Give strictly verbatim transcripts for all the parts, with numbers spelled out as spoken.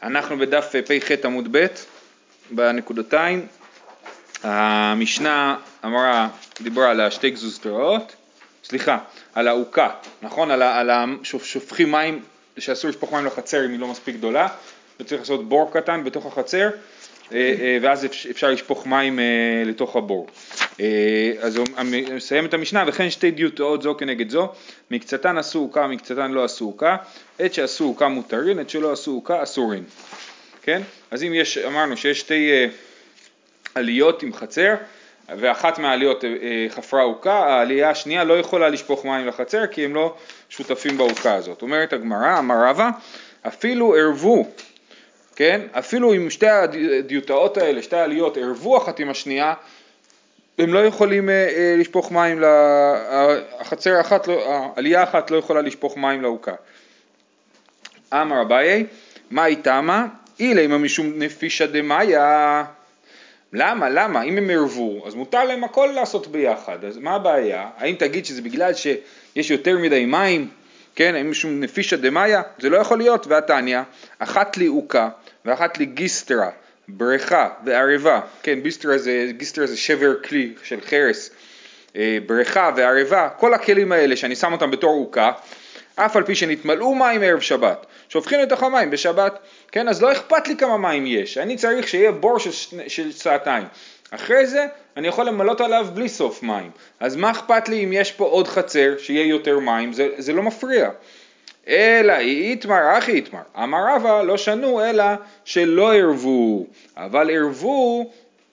אנחנו בדף פ"ח עמוד ב' בנקודתיים. המשנה אמרה, דיברה על השתי גזוזתראות, סליחה, על העוקה, נכון? על, על שופכים מים, שאסור לשפוך מים לחצר אם היא לא מספיק גדולה, וצריך לעשות בור קטן בתוך החצר, ואז אפשר לשפוך מים לתוך הבור. אז נסיים את המשנה, וכן שתי דיוטאות זו כנגד זו, מקצתן עשו עוקה, מקצתן לא עשו עוקה, את שעשו עוקה מותרין, את שלא עשו עוקה אסורין. כן? אז אם יש, אמרנו שיש שתי עליות עם חצר, ואחת מהעליות חפרה עוקה, העלייה השנייה לא יכולה לשפוך מים לחצר, כי הם לא שותפים בעוקה הזאת. אומרת הגמרא, אמר רבא, אפילו ערבו, כן? אפילו אם שתי הדיוטאות האלה, שתי העליות, ערבו אחת עם השנייה, הם לא יכולים לשפוך מים, החצר אחת, העלייה אחת לא יכולה לשפוך מים לעוקה. אמר אביי, מה איתמה? אילה משום נפישא דמאיה. למה? למה? אם הם ערבו, אז מותר להם הכל לעשות ביחד. אז מה הבעיה? האם תגיד שזה בגלל שיש יותר מדי מים? כן, האם משום נפישא דמאיה? זה לא יכול להיות. והתניא, אחת לי עוקה ואחת לי גיסטרה, בריכה וערבה. כן, גיסטרה זה, גיסטרה זה שבר כלי של חרס. בריכה וערבה, כל הכלים האלה שאני שם אותם בתור עוקה, אף על פי שנתמלאו מים ערב שבת, שופכים לתוך המים בשבת, כן, אז לא אכפת לי כמה מים יש, אני צריך שיהיה בור של, של שעתיים, אחרי זה אני יכול למלות עליו בלי סוף מים, אז מה אכפת לי אם יש פה עוד חצר שיהיה יותר מים, זה, זה לא מפריע. אלא יתמר, אחי יתמר, אמר רבא לא שנו אלא שלא ערבו, אבל ערבו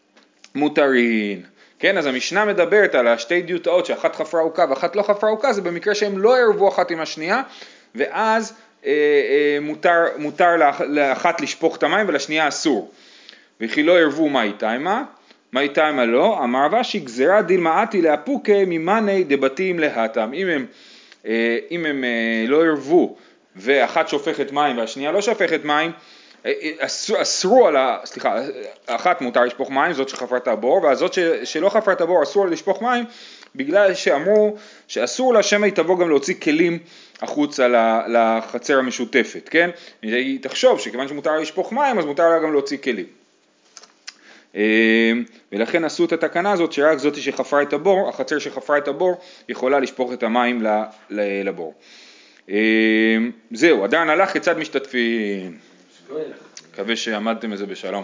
מותרין. כן, אז המשנה מדברת על השתי דיוטאות שאחת חפרה עוקה ואחת לא חפרה עוקה, זה במקרה שהם לא ערבו אחת עם השנייה, ואז אה, אה, מותר, מותר לאחת לשפוך את המים ולשנייה אסור. וכי לא ערבו מה איתמה? מה איתמה לא? אמר רבא שגזרה דילמאתי לאפוקה ממאני דבתים להתם. אם הם, אה, אם הם אה, לא ערבו ואחת שופכת מים והשנייה לא שופכת מים, אסרו על ה... סליחה, אחת מותר לשפוך מים, זאת שחפרה את הבור, והזאת שלא חפרה את הבור אסור לה לשפוך מים, בגלל שאמרו שאסור לה שמא היא תבוא גם להוציא כלים החוצה לחצר המשותפת, כן? היא תחשוב שכיוון שמותר לה לשפוך מים, אז מותר לה גם להוציא כלים. ולכן עשו את התקנה הזאת שרק זאת שחפרה את הבור, החצר שחפרה את הבור, יכולה לשפוך את המים לבור. זהו, עדיין הלך כיצד משתתפים. מקווה שעמדתם בזה בשלום.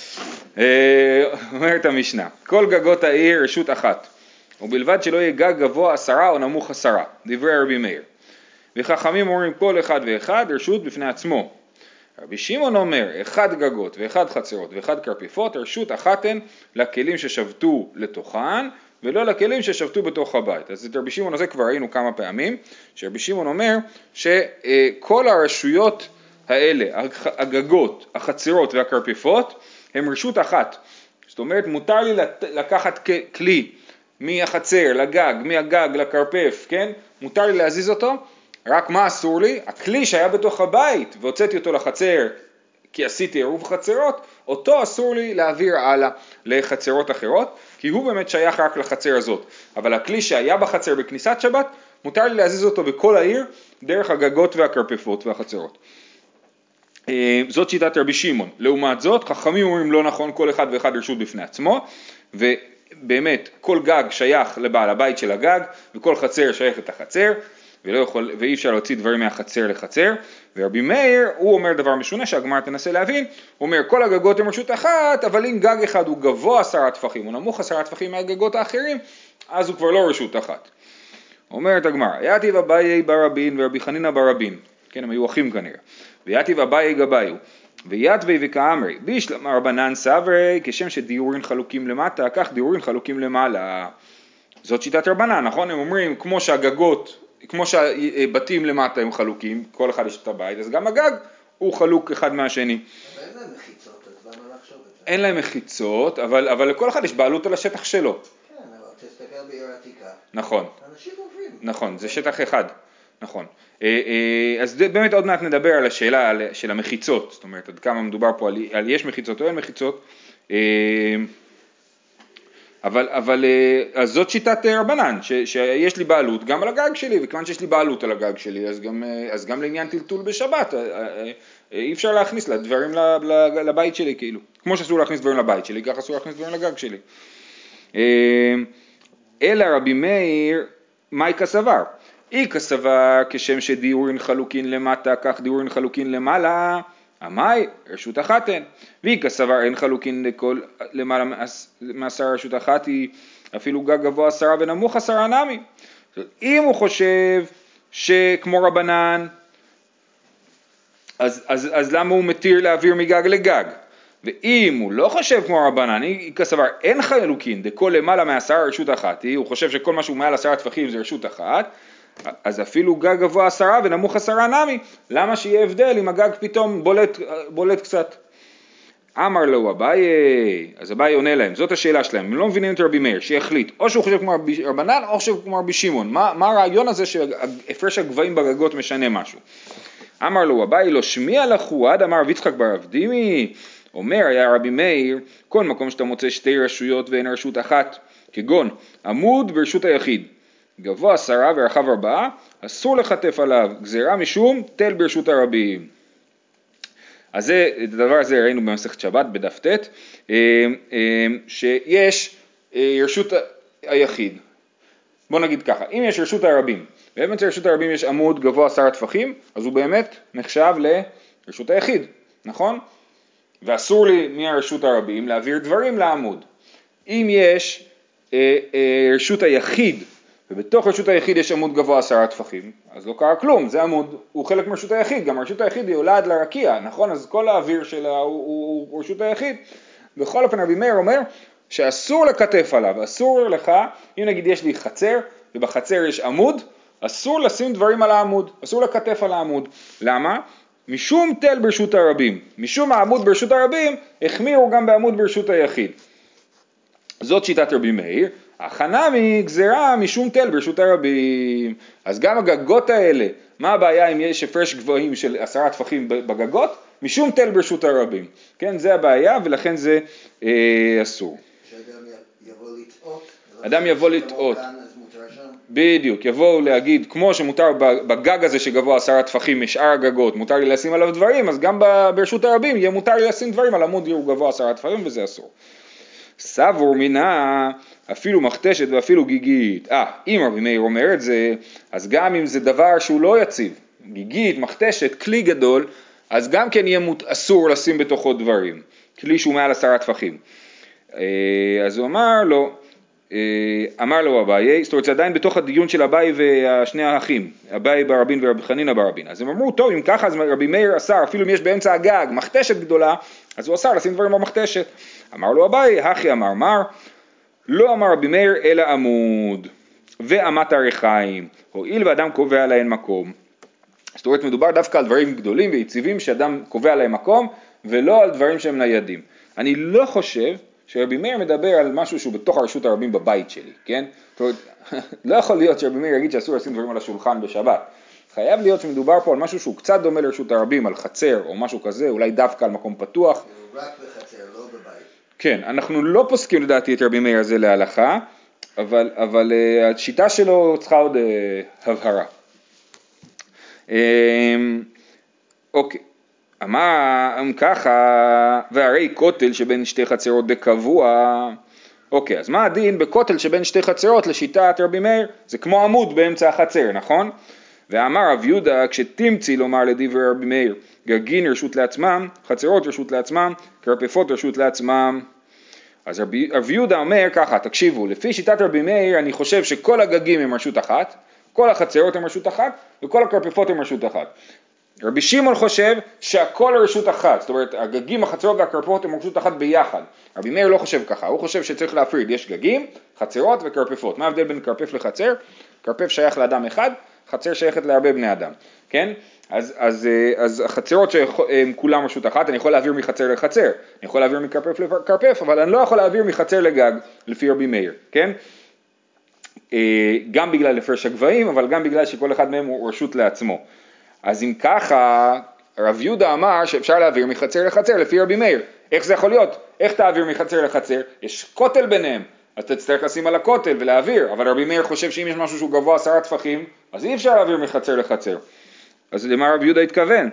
אומרת המשנה, כל גגות העיר רשות אחת, ובלבד שלא יהיה גג גבוה עשרה או נמוך עשרה, דברי רבי מאיר. וחכמים אומרים כל אחד ואחד רשות בפני עצמו. רבי שמעון אומר, אחד גגות ואחד חצרות ואחד קרפיפות, רשות אחת הן לכלים ששבתו לתוכן, ולא לכלים ששבתו בתוך הבית. אז את רבי שמעון הזה כבר ראינו כמה פעמים, שרבי שמעון אומר שכל הרשויות האלה, הגגות, החצרות והקרפיפות, הם רשות אחת. זאת אומרת, מותר לי לקחת כלי מהחצר לגג, מהגג לקרפף, כן? מותר לי להזיז אותו, רק מה אסור לי? הכלי שהיה בתוך הבית והוצאתי אותו לחצר כי עשיתי עירוב חצרות, אותו אסור לי להעביר הלאה לחצרות אחרות, כי הוא באמת שייך רק לחצר הזאת. אבל הכלי שהיה בחצר בכניסת שבת, מותר לי להזיז אותו בכל העיר דרך הגגות והקרפפות והחצרות. זאת שיטת רבי שמעון. לעומת זאת, חכמים אומרים לא נכון, כל אחד ואחד רשות בפני עצמו, ובאמת כל גג שייך לבעל הבית של הגג, וכל חצר שייך את החצר, ולא יכול, ואי אפשר להוציא דברים מהחצר לחצר. ורבי מאיר, הוא אומר דבר משונה שהגמרא תנסה להבין, הוא אומר כל הגגות הם רשות אחת, אבל אם גג אחד הוא גבוה עשרה טפחים, הוא נמוך עשרה טפחים מהגגות האחרים, אז הוא כבר לא רשות אחת. אומרת הגמרא, יתיב אביי ברבין ורבי חנינא ברבין, כן, הם היו אחים כנראה. ויתיב אביי גבאיו, ויתווי וכאמרי, בישלמה רבנן סברי, כשם שדיורין חלוקים למטה, כך דיורין חלוקים למעלה. זאת שיטת רבנן, נכון? הם אומרים, כמו שהגגות, כמו שהבתים למטה הם חלוקים, כל אחד יש את הבית, אז גם הגג הוא חלוק אחד מהשני. אין להם מחיצות, אז למה לחשוב את זה? אין להם מחיצות, אבל, אבל לכל אחד יש בעלות על השטח שלו. כן, אבל תסתכל בעיר עתיקה. נכון. אנשים עוברים. נכון, זה שטח אחד. נכון. אז באמת עוד מעט נדבר על השאלה של המחיצות, זאת אומרת, עד כמה מדובר פה על, על יש מחיצות או אין מחיצות. אבל, אבל אז זאת שיטת רבנן, ש, שיש לי בעלות גם על הגג שלי, וכיוון שיש לי בעלות על הגג שלי, אז גם, אז גם לעניין טלטול בשבת, אי אפשר להכניס דברים לבית שלי, כאילו. כמו שאסור להכניס דברים לבית שלי, כך אסור להכניס דברים לגג שלי. אלא רבי מאיר, מהי כסבר? אי כסבר כשם שדיורין חלוקין למטה, כך דיורין חלוקין למעלה, המאי רשות אחת הן, ואי כסבר אין חלוקין לכל למעלה מעשרה רשות אחת היא אפילו גג גבוה עשרה ונמוך עשרה נמי. אם הוא חושב שכמו רבנן, אז, אז, אז למה הוא מתיר להעביר מגג לגג? ואם הוא לא חושב כמו רבנן, אי כסבר אין חלוקין דכל למעלה מעשרה רשות אחת היא, הוא חושב שכל משהו מעל עשרה טפחים זה רשות אחת, אז אפילו גג גבוה עשרה ונמוך עשרה נמי, למה שיהיה הבדל אם הגג פתאום בולט, בולט קצת? אמר לו אביי, אז אביי עונה להם, זאת השאלה שלהם, הם לא מבינים את רבי מאיר, שיחליט, או שהוא חושב כמו רבנן, או שהוא כמו רבי שמעון, מה, מה הרעיון הזה שהפרש הגבהים בגגות משנה משהו? אמר לו אביי, לא שמיע לכו, עד אמר ויצחק בר אבדימי, אומר היה רבי מאיר, כל מקום שאתה מוצא שתי רשויות ואין רשות אחת, כגון עמוד ברשות היחיד, גבוה עשרה ורחב ארבעה, אסור לחטף עליו גזירה משום תל ברשות הרבים. אז זה, את הדבר הזה ראינו במסכת שבת בדף ט', שיש רשות היחיד. בוא נגיד ככה, אם יש רשות הרבים, ובאמת לרשות הרבים יש עמוד גבוה עשרה טפחים, אז הוא באמת נחשב לרשות היחיד, נכון? ואסור לי מהרשות הרבים להעביר דברים לעמוד. אם יש אה, אה, רשות היחיד, ובתוך רשות היחיד יש עמוד גבוה עשרה טפחים, אז לא קרה כלום, זה עמוד, הוא חלק מרשות היחיד, גם רשות היחיד היא עולה עד לרקיע, נכון? אז כל האוויר שלה הוא, הוא, הוא רשות היחיד. בכל אופן רבי מאיר אומר שאסור לקטף עליו, אסור לך, אם נגיד יש לי חצר, ובחצר יש עמוד, אסור לשים דברים על העמוד, אסור לקטף על העמוד. למה? משום תל ברשות הרבים, משום העמוד ברשות הרבים, החמירו גם בעמוד ברשות היחיד. זאת שיטת רבי מאיר, הכנה מגזרה משום תל ברשות הרבים. אז גם הגגות האלה, מה הבעיה אם יש הפרש גבוהים של עשרה טפחים בגגות? משום תל ברשות הרבים. כן, זה הבעיה ולכן זה אה, אסור. שאדם יבוא לטעות. אדם יבוא לטעות. בדיוק, יבואו להגיד, כמו שמותר בגג הזה שגבוה עשרה טפחים משאר הגגות, מותר לי לשים עליו דברים, אז גם ברשות הרבים יהיה מותר לי לשים דברים על עמוד הוא גבוה עשרה טפחים וזה אסור. סבור מינה אפילו מכתשת ואפילו גיגית. אה, אם רבי מאיר אומר את זה, אז גם אם זה דבר שהוא לא יציב, גיגית, מכתשת, כלי גדול, אז גם כן יהיה אסור לשים בתוכו דברים, כלי שהוא מעל עשרה טפחים. אז הוא אמר לו, אמר לו אביי, זאת אומרת זה עדיין בתוך הדיון של אביי והשני האחים, אביי ברבין ורבי חנינא ברבין. אז הם אמרו, טוב, אם ככה, אז רבי מאיר אסר, אפילו אם יש באמצע הגג מכתשת גדולה, אז הוא אסר לשים דברים במכתשת. אמר לו אביי, הכי אמר מר, לא אמר רבי מאיר אלא עמוד, ואמת הריחיים, הואיל ואדם קובע להן מקום. זאת אומרת, מדובר דווקא על דברים גדולים ויציבים שאדם קובע להם מקום, ולא על דברים שהם ניידים. אני לא חושב שרבי מאיר מדבר על משהו שהוא בתוך הרשות הרבים בבית שלי, כן? זאת אומרת, לא יכול להיות שרבי מאיר יגיד שאסור לשים דברים על השולחן בשבת. חייב להיות שמדובר פה על משהו שהוא קצת דומה לרשות הרבים, על חצר או משהו כזה, אולי דווקא על מקום פתוח. רק בחצר, לא בבית. כן, אנחנו לא פוסקים לדעתי את רבי מאיר הזה להלכה, אבל, אבל uh, השיטה שלו צריכה עוד uh, הבהרה. Um, אוקיי, אמר ככה, והרי כותל שבין שתי חצרות בקבוע, אוקיי, אז מה הדין בכותל שבין שתי חצרות לשיטת רבי מאיר? זה כמו עמוד באמצע החצר, נכון? ואמר רב יהודה, כשתמצי לומר לדברי רבי מאיר, גגין רשות לעצמם, חצרות רשות לעצמם, כרפפות רשות לעצמם. אז רבי, רבי יהודה אומר ככה, תקשיבו, לפי שיטת רבי מאיר אני חושב שכל הגגים הם רשות אחת, כל החצרות הם רשות אחת, וכל הכרפפות הם רשות אחת. רבי שמעון חושב שהכל רשות אחת, זאת אומרת הגגים, החצרות והכרפפות הם רשות אחת ביחד. רבי מאיר לא חושב ככה, הוא חושב שצריך להפריד, יש גגים, חצרות וכרפפות. מה ההבדל בין כרפף לחצר? כרפף שייך לאדם אחד, חצר שייכת להרבה בני אדם, כן? אז, אז, אז החצרות שהן כולם רשות אחת, אני יכול להעביר מחצר לחצר, אני יכול להעביר מכרפף לכרפף, אבל אני לא יכול להעביר מחצר לגג, לפי רבי מאיר, כן? גם בגלל הפרש הגבהים, אבל גם בגלל שכל אחד מהם הוא רשות לעצמו. אז אם ככה, רב יהודה אמר שאפשר להעביר מחצר לחצר, לפי רבי מאיר. איך זה יכול להיות? איך תעביר מחצר לחצר? יש כותל ביניהם. אז אתה תצטרך לשים על הכותל ולהעביר, אבל רבי מאיר חושב שאם יש משהו שהוא גבוה עשרה טפחים, אז אי אפשר להעביר מחצר לחצר. אז למה רבי יהודה התכוון?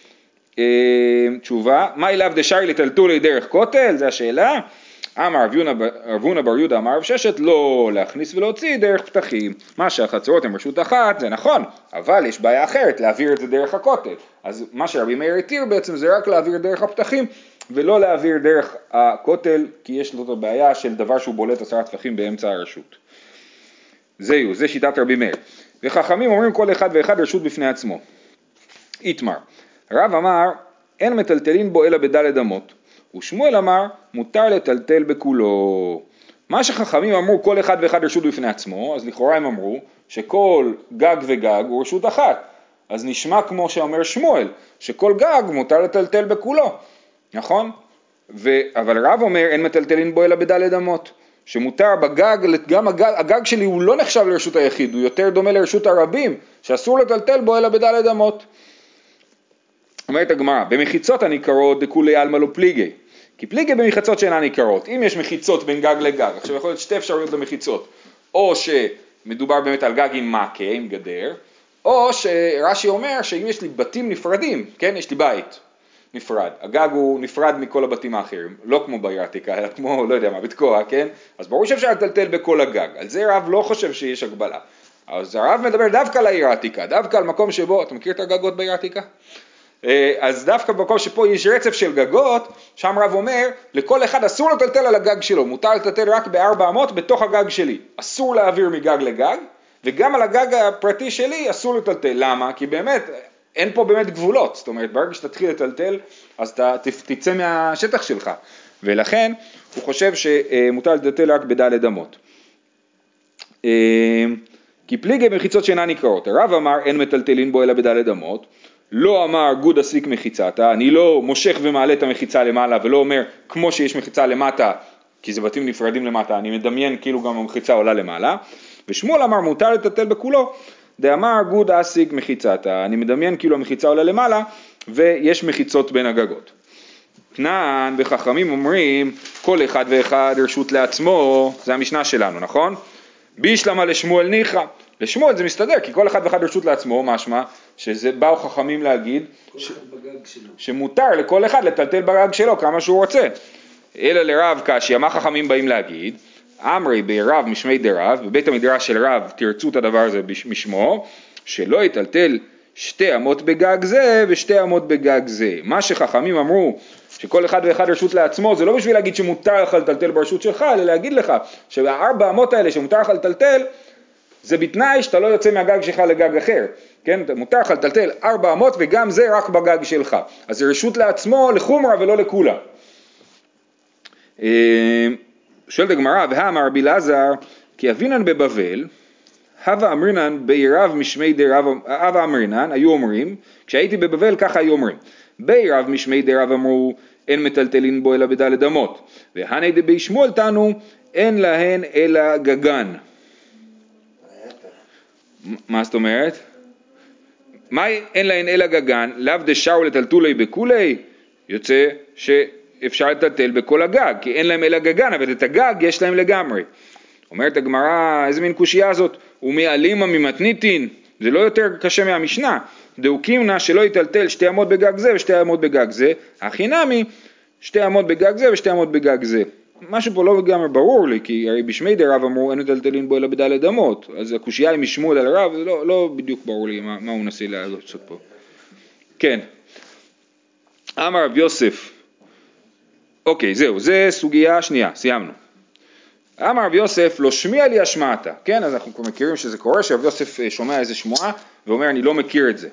תשובה, מה אליו דשאר לטלטולי דרך כותל? זו השאלה. אמר רב הונא בר יהודה אמר רב ששת, לא להכניס ולהוציא דרך פתחים. מה שהחצרות הן רשות אחת זה נכון, אבל יש בעיה אחרת להעביר את זה דרך הכותל. אז מה שרבי מאיר התיר בעצם זה רק להעביר דרך הפתחים ולא להעביר דרך הכותל, כי יש לו את הבעיה של דבר שהוא בולט עשרה טפחים באמצע הרשות. זהו, זה שיטת רבי מאיר. וחכמים אומרים כל אחד ואחד רשות בפני עצמו. איתמר, רב אמר אין מטלטלין בו אלא בדלת אמות, ושמואל אמר מותר לטלטל בכולו. מה שחכמים אמרו כל אחד ואחד רשות בפני עצמו, אז לכאורה הם אמרו שכל גג וגג הוא רשות אחת. אז נשמע כמו שאומר שמואל, שכל גג מותר לטלטל בכולו, נכון? ו... אבל רב אומר אין מטלטלין בו אלא בדלת אמות, שמותר בגג, גם הגג, הגג שלי הוא לא נחשב לרשות היחיד, הוא יותר דומה לרשות הרבים, שאסור לטלטל בו אלא בדלת אמות. אומרת הגמרא, במחיצות הניכרות דכולי עלמא לא פליגי, כי פליגי במחיצות שאינן ניכרות. אם יש מחיצות בין גג לגג, עכשיו יכול להיות שתי אפשרויות למחיצות, או שמדובר באמת על גג עם מכה, עם גדר, או שרש"י אומר שאם יש לי בתים נפרדים, כן, יש לי בית נפרד, הגג הוא נפרד מכל הבתים האחרים, לא כמו בעיר העתיקה, אלא כמו, לא יודע מה, בתקוע, כן? אז ברור שאפשר לטלטל בכל הגג, על זה רב לא חושב שיש הגבלה. אז הרב מדבר דווקא על העיר העתיקה, דווקא על מקום שבו, אתה מכיר את הגגות בעיר העתיקה? אז דווקא במקום שפה יש רצף של גגות, שם רב אומר, לכל אחד אסור לטלטל על הגג שלו, מותר לטלטל רק בארבע אמות בתוך הגג שלי, אסור להעביר מגג לגג, וגם על הגג הפרטי שלי אסור לטלטל. למה? כי באמת אין פה באמת גבולות, זאת אומרת ברגע שתתחיל לטלטל אז אתה תצא מהשטח שלך, ולכן הוא חושב שמותר לטלטל רק בדלת אמות. כי פליגי במחיצות שאינן ניכרות, הרב אמר אין מטלטלין בו אלא בדלת אמות, לא אמר גוד אסיק מחיצתה, אני לא מושך ומעלה את המחיצה למעלה ולא אומר כמו שיש מחיצה למטה, כי זה בתים נפרדים למטה, אני מדמיין כאילו גם המחיצה עולה למעלה, ושמואל אמר מותר לטלטל בכולו, דאמר גוד אסיק מחיצתה, אני מדמיין כאילו המחיצה עולה למעלה ויש מחיצות בין הגגות. תנן וחכמים אומרים כל אחד ואחד רשות לעצמו, זה המשנה שלנו, נכון? בישלמה לשמואל ניחא, לשמואל זה מסתדר, כי כל אחד ואחד רשות לעצמו, משמע, שזה באו חכמים להגיד, ש... שמותר לכל אחד לטלטל בגג שלו כמה שהוא רוצה. אלא לרב קשיא, מה חכמים באים להגיד? אמרי ברב משמי דרב, בבית המדרש של רב תרצו את הדבר הזה משמו, שלא יטלטל שתי אמות בגג זה ושתי אמות בגג זה. מה שחכמים אמרו, שכל אחד ואחד רשות לעצמו, זה לא בשביל להגיד שמותר לך לטלטל ברשות שלך, אלא להגיד לך שהארבע אמות האלה שמותר לך לטלטל, זה בתנאי שאתה לא יוצא מהגג שלך לגג אחר, כן? מותר לך לטלטל ארבע אמות וגם זה רק בגג שלך. אז זה רשות לעצמו לחומרה ולא לכולה. שואלת הגמרא, והאמר רבי אלעזר, כי אבינן בבבל, הווה אמרינן בעירב משמי דרב, הווה אמרינן, היו אומרים, כשהייתי בבבל ככה היו אומרים, בעירב משמי דרב אמרו, אין מטלטלין בו אלא בדלת אמות, והני דבי שמואל תנו, אין להן אלא גגן. מה זאת אומרת? מה אין להן אלא גגן? לאו דשאר לטלטולי בכולי? יוצא שאפשר לטלטל בכל הגג, כי אין להם אלא גגן, אבל את הגג יש להם לגמרי. אומרת הגמרא, איזה מין קושייה הזאת? ומעלימה ממתניתין, זה לא יותר קשה מהמשנה. דאוקימנה שלא יטלטל שתי אמות בגג זה ושתי אמות בגג זה, הכי נמי שתי אמות בגג זה ושתי אמות בגג זה. משהו פה לא גם ברור לי, כי הרי בשמי דרב אמרו אין מטלטלין בו אלא בדלת אמות, אז הקושייה היא משמואל על רב, זה לא, לא בדיוק ברור לי מה, מה הוא נסה לעשות פה. כן. אמר רב יוסף, אוקיי, זהו, זה סוגיה שנייה, סיימנו. אמר רב יוסף, לא שמיע לי השמעתה, כן, אז אנחנו מכירים שזה קורה, שרב יוסף שומע איזה שמועה, ואומר אני לא מכיר את זה.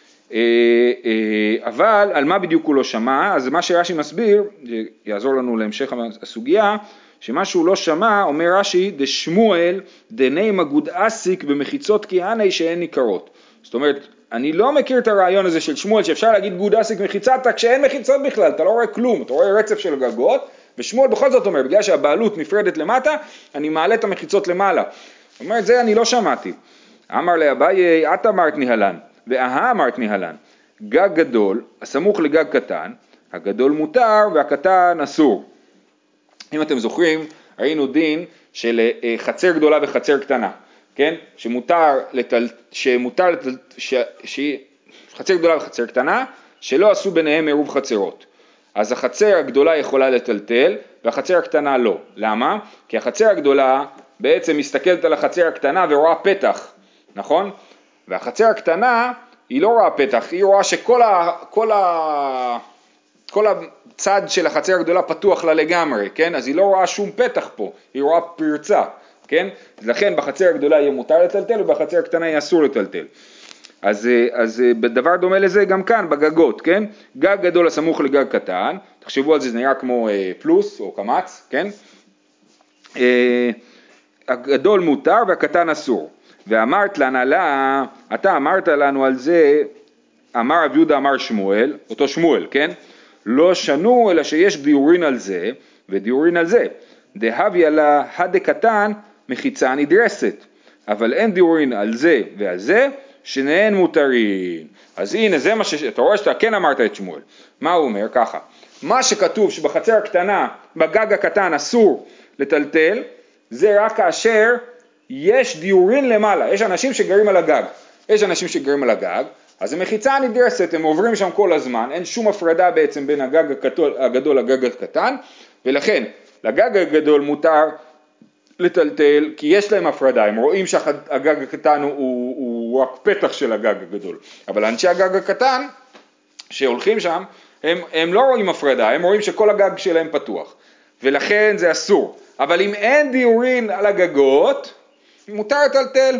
אבל על מה בדיוק הוא לא שמע, אז מה שרש"י מסביר, יעזור לנו להמשך הסוגיה, שמה שהוא לא שמע, אומר רש"י, דשמואל דנימה גוד אסיק במחיצות כהני שהן ניכרות. זאת אומרת, אני לא מכיר את הרעיון הזה של שמואל, שאפשר להגיד גוד אסיק מחיצתה כשאין מחיצות בכלל, אתה לא רואה כלום, אתה רואה רצף של גגות, ושמואל בכל זאת אומר, בגלל שהבעלות נפרדת למטה, אני מעלה את המחיצות למעלה. זאת אומרת, זה אני לא שמעתי. אמר לאביי, את אמרת ניהלן. והה אמרת ניהלן, גג גדול, הסמוך לגג קטן, הגדול מותר והקטן אסור. אם אתם זוכרים, ראינו דין של חצר גדולה וחצר קטנה, כן? שמותר לטל, שמותר לטל, ש, ש, חצר גדולה וחצר קטנה, שלא עשו ביניהם עירוב חצרות. אז החצר הגדולה יכולה לטלטל, והחצר הקטנה לא. למה? כי החצר הגדולה בעצם מסתכלת על החצר הקטנה ורואה פתח, נכון? והחצר הקטנה היא לא רואה פתח, היא רואה שכל ה, כל ה, כל הצד של החצר הגדולה פתוח לה לגמרי, כן? אז היא לא רואה שום פתח פה, היא רואה פרצה, כן? לכן בחצר הגדולה יהיה מותר לטלטל, ובחצר הקטנה יהיה אסור לטלטל. אז, אז בדבר דומה לזה גם כאן בגגות, כן? גג גדול הסמוך לגג קטן, תחשבו על זה, זה נראה כמו אה, פלוס או קמץ, כן? אה, הגדול מותר והקטן אסור. ואמרת לנהלה, אתה אמרת לנו על זה, אמר רב יהודה אמר שמואל, אותו שמואל, כן? לא שנו אלא שיש דיורין על זה ודיורין על זה. דהביה לה הדקתן מחיצה נדרסת, אבל אין דיורין על זה ועל זה, שניהן מותרים. אז הנה זה מה ש... אתה רואה שאתה כן אמרת את שמואל. מה הוא אומר? ככה. מה שכתוב שבחצר הקטנה, בגג הקטן אסור לטלטל, זה רק כאשר יש דיורין למעלה. יש אנשים שגרים על הגג. יש אנשים שגרים על הגג, אז המחיצה נדרסת, הם עוברים שם כל הזמן, אין שום הפרדה בעצם בין הגג הגדול, הגדול לגג הקטן, ולכן לגג הגדול מותר לטלטל, כי יש להם הפרדה, הם רואים שהגג הקטן הוא, הוא, הוא רק פתח של הגג הגדול, אבל אנשי הגג הקטן שהולכים שם, הם, הם לא רואים הפרדה, הם רואים שכל הגג שלהם פתוח, ולכן זה אסור. אבל אם אין דיורין על הגגות, מותר לטלטל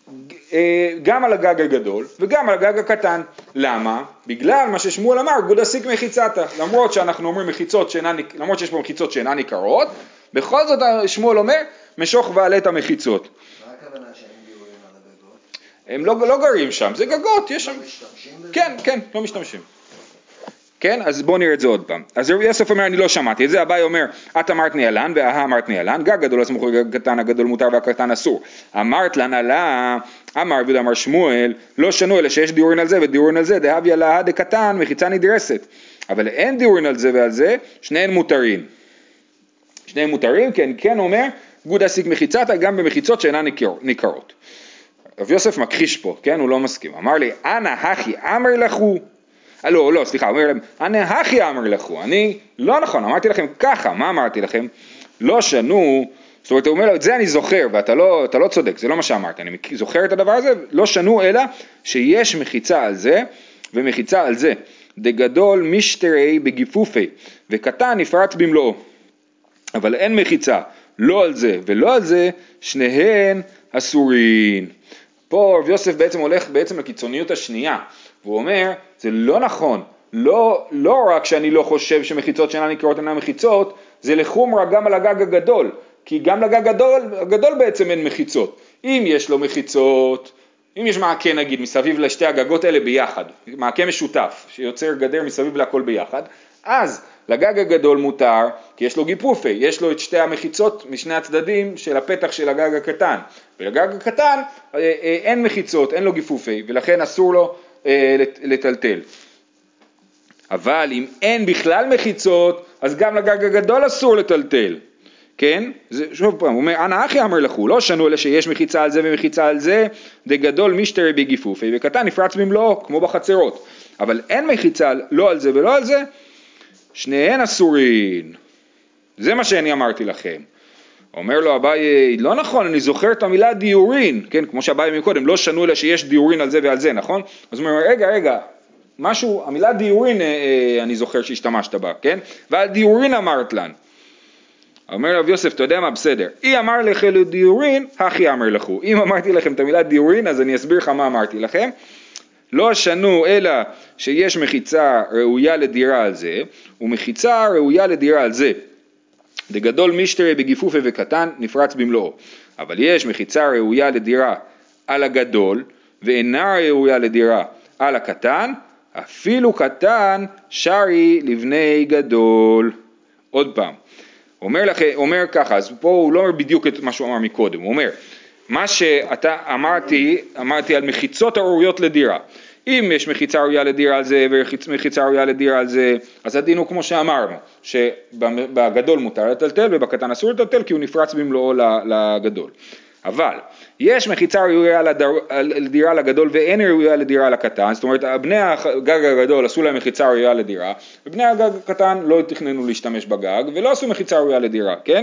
גם על הגג הגדול וגם על הגג הקטן. למה? בגלל מה ששמואל אמר, גוד הסיק מחיצתה. למרות שאנחנו אומרים מחיצות שאינן, למרות שיש פה מחיצות שאינן ניכרות, בכל זאת שמואל אומר, משוך ועלה את המחיצות. מה הכוונה שהם דיורים על הגגות? הם לא, לא גרים שם, זה גגות, יש שם. לא משתמשים בזה? כן, כן, לא משתמשים. כן, אז בואו נראה את זה עוד פעם. אז יוסף אומר, אני לא שמעתי את זה, אביי אומר, את אמרת ניאלן, והאה אמרת ניאלן, גג גדול הסמוך לגג קטן, הגדול מותר והקטן אסור. אמרת לנהלה, אמר רב יהודה אמר שמואל, לא שנו אלא שיש דיורין על זה ודיורין על זה, דהביה לה דקטן, מחיצה נדרסת. אבל אין דיורין על זה ועל זה, שניהם מותרים. שניהם מותרים, כן, כן אומר, גוד הסיק מחיצתה, גם במחיצות שאינן ניכרות. רב יוסף מכחיש פה, כן, הוא לא מסכים. אמר לי, אנא הכי אמר לכו, לא, לא, סליחה, אומר להם, אני הכי אמר לכו, אני, לא נכון, אמרתי לכם ככה, מה אמרתי לכם? לא שנו, זאת אומרת, הוא אומר לו, את זה אני זוכר, ואתה לא, אתה לא צודק, זה לא מה שאמרתי, אני זוכר את הדבר הזה, לא שנו אלא שיש מחיצה על זה, ומחיצה על זה, דגדול משתרי בגיפופי, וקטן נפרץ במלואו, אבל אין מחיצה, לא על זה ולא על זה, שניהן אסורין. פה רב יוסף בעצם הולך בעצם לקיצוניות השנייה, והוא אומר, זה לא נכון, לא, לא רק שאני לא חושב שמחיצות שאינן ניכרות אינן מחיצות, זה לחומרה גם על הגג הגדול, כי גם לגג הגדול, הגדול בעצם אין מחיצות. אם יש לו מחיצות, אם יש מעקה נגיד מסביב לשתי הגגות האלה ביחד, מעקה משותף שיוצר גדר מסביב להכל ביחד, אז לגג הגדול מותר, כי יש לו גיפופי, יש לו את שתי המחיצות משני הצדדים של הפתח של הגג הקטן, ולגג הקטן אין מחיצות, אין לו גיפופי, ולכן אסור לו לטלטל. אבל אם אין בכלל מחיצות, אז גם לגג הגדול אסור לטלטל. כן? זה, שוב פעם, הוא אומר, אנא אחי אמר לכו, לא שנו אלא שיש מחיצה על זה ומחיצה על זה, דגדול משתרי בגיפופי, וקטן נפרץ במלואו, כמו בחצרות. אבל אין מחיצה לא על זה ולא על זה, שניהן אסורין. זה מה שאני אמרתי לכם. אומר לו אביי, לא נכון, אני זוכר את המילה דיורין, כן, כמו שאביי מקודם, לא שנו אלא שיש דיורין על זה ועל זה, נכון? אז הוא אומר, רגע, רגע, משהו, המילה דיורין אני זוכר שהשתמשת בה, כן? ועל דיורין אמרת לנו. אומר רב יוסף, אתה יודע מה? בסדר. אי אמר לכם דיורין, הכי אמר לכו. אם אמרתי לכם את המילה דיורין, אז אני אסביר לך מה אמרתי לכם. לא שנו אלא שיש מחיצה ראויה לדירה על זה, ומחיצה ראויה לדירה על זה. דגדול משתרי בגיפופי וקטן נפרץ במלואו. אבל יש מחיצה ראויה לדירה על הגדול, ואינה ראויה לדירה על הקטן, אפילו קטן שרי לבני גדול. עוד פעם. אומר, לך, אומר ככה, אז פה הוא לא אומר בדיוק את מה שהוא אמר מקודם, הוא אומר, מה שאתה אמרתי, אמרתי על מחיצות הראויות לדירה, אם יש מחיצה ראויה לדירה על זה ומחיצה ראויה לדירה על זה, אז הדין הוא כמו שאמרנו, שבגדול מותר לטלטל ובקטן אסור לטלטל כי הוא נפרץ במלואו לגדול. אבל יש מחיצה ראויה לדירה לגדול ואין ראויה לדירה לקטן, זאת אומרת בני הגג הגדול עשו להם מחיצה ראויה לדירה, ובני הגג הקטן לא תכננו להשתמש בגג ולא עשו מחיצה ראויה לדירה, כן?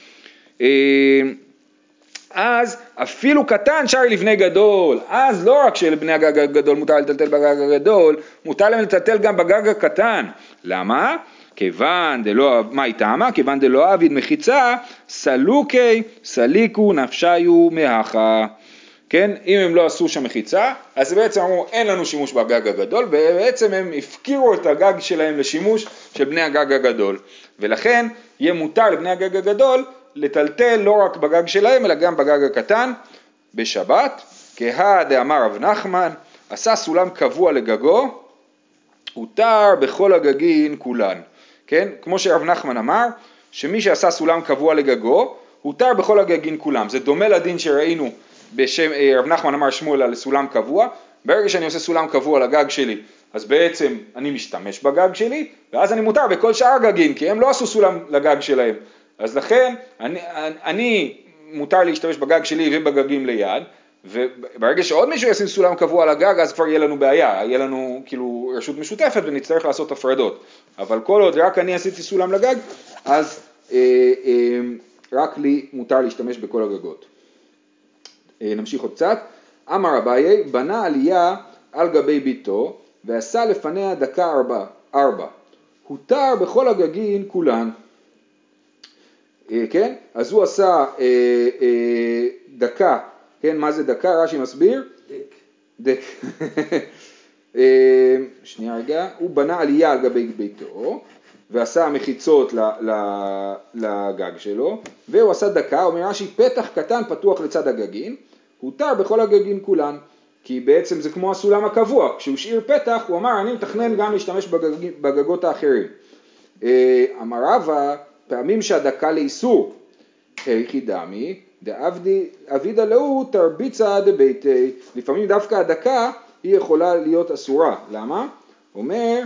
אז אפילו קטן שרי לבני גדול, אז לא רק שלבני הגג הגדול מותר לטלטל בגג הגדול, מותר להם לטלטל גם בגג הקטן. למה? כיוון דלא, מה איתמה? כיוון דלא אביד מחיצה, סלוקי, סליקו נפשיו מהכה. כן? אם הם לא עשו שם מחיצה, אז בעצם אמרו אין לנו שימוש בגג הגדול, ובעצם הם הפקירו את הגג שלהם לשימוש של בני הגג הגדול. ולכן יהיה מותר לבני הגג הגדול לטלטל לא רק בגג שלהם, אלא גם בגג הקטן בשבת. כהא דאמר רב נחמן, עשה סולם קבוע לגגו, הותר בכל הגגין כולן. כן? כמו שרב נחמן אמר, שמי שעשה סולם קבוע לגגו, הותר בכל הגגין כולם. זה דומה לדין שראינו בשם, רב נחמן אמר שמואל על סולם קבוע, ברגע שאני עושה סולם קבוע לגג שלי, אז בעצם אני משתמש בגג שלי, ואז אני מותר בכל שאר גגים, כי הם לא עשו סולם לגג שלהם. אז לכן, אני, אני מותר להשתמש בגג שלי ובגגים ליד, וברגע שעוד מישהו ישים סולם קבוע על הגג, אז כבר יהיה לנו בעיה, יהיה לנו כאילו רשות משותפת ונצטרך לעשות הפרדות. אבל כל עוד רק אני עשיתי סולם לגג, אז אה, אה, רק לי מותר להשתמש בכל הגגות. אה, נמשיך עוד קצת. אמר אביי, בנה עלייה על גבי ביתו, ועשה לפניה דקה ארבע. ארבע. הותר בכל הגגין כולן. כן? אז הוא עשה אה, אה, דקה, כן? מה זה דקה? רש"י מסביר? דק. דק. אה, שנייה רגע, הוא בנה עלייה על גבי ביתו, ועשה מחיצות לגג שלו, והוא עשה דקה, אומר רש"י, פתח קטן פתוח לצד הגגין, הותר בכל הגגין כולן, כי בעצם זה כמו הסולם הקבוע, כשהוא השאיר פתח, הוא אמר, אני מתכנן גם להשתמש בגג, בגגות האחרים. אה, אמר רבא, פעמים שהדקה לאיסור, היכי דמי, דאבידה לאו תרביצה דביתי, לפעמים דווקא הדקה היא יכולה להיות אסורה, למה? אומר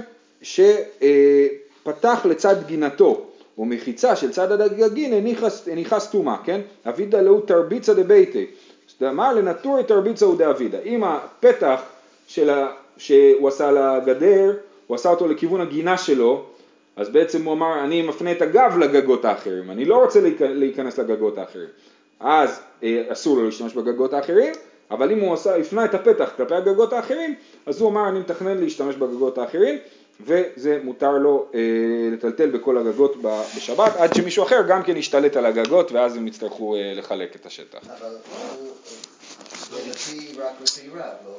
שפתח לצד גינתו, או מחיצה של צד הגגין הניחה סתומה, כן? אבידה לאו תרביצה דביתי, זאת אומרת לנטורי תרביצה הוא דאבידה, אם הפתח שלה, שהוא עשה לגדר, הוא עשה אותו לכיוון הגינה שלו, אז בעצם הוא אמר, אני מפנה את הגב לגגות האחרים, אני לא רוצה להיכנס לגגות האחרים. אז אה, אסור לו להשתמש בגגות האחרים, אבל אם הוא עשה, הפנה את הפתח כלפי הגגות האחרים, אז הוא אמר, אני מתכנן להשתמש בגגות האחרים, וזה מותר לו אה, לטלטל בכל הגגות בשבת, עד שמישהו אחר גם כן ישתלט על הגגות, ואז הם יצטרכו אה, לחלק את השטח. אבל זה לפי רק לפי רב, לא?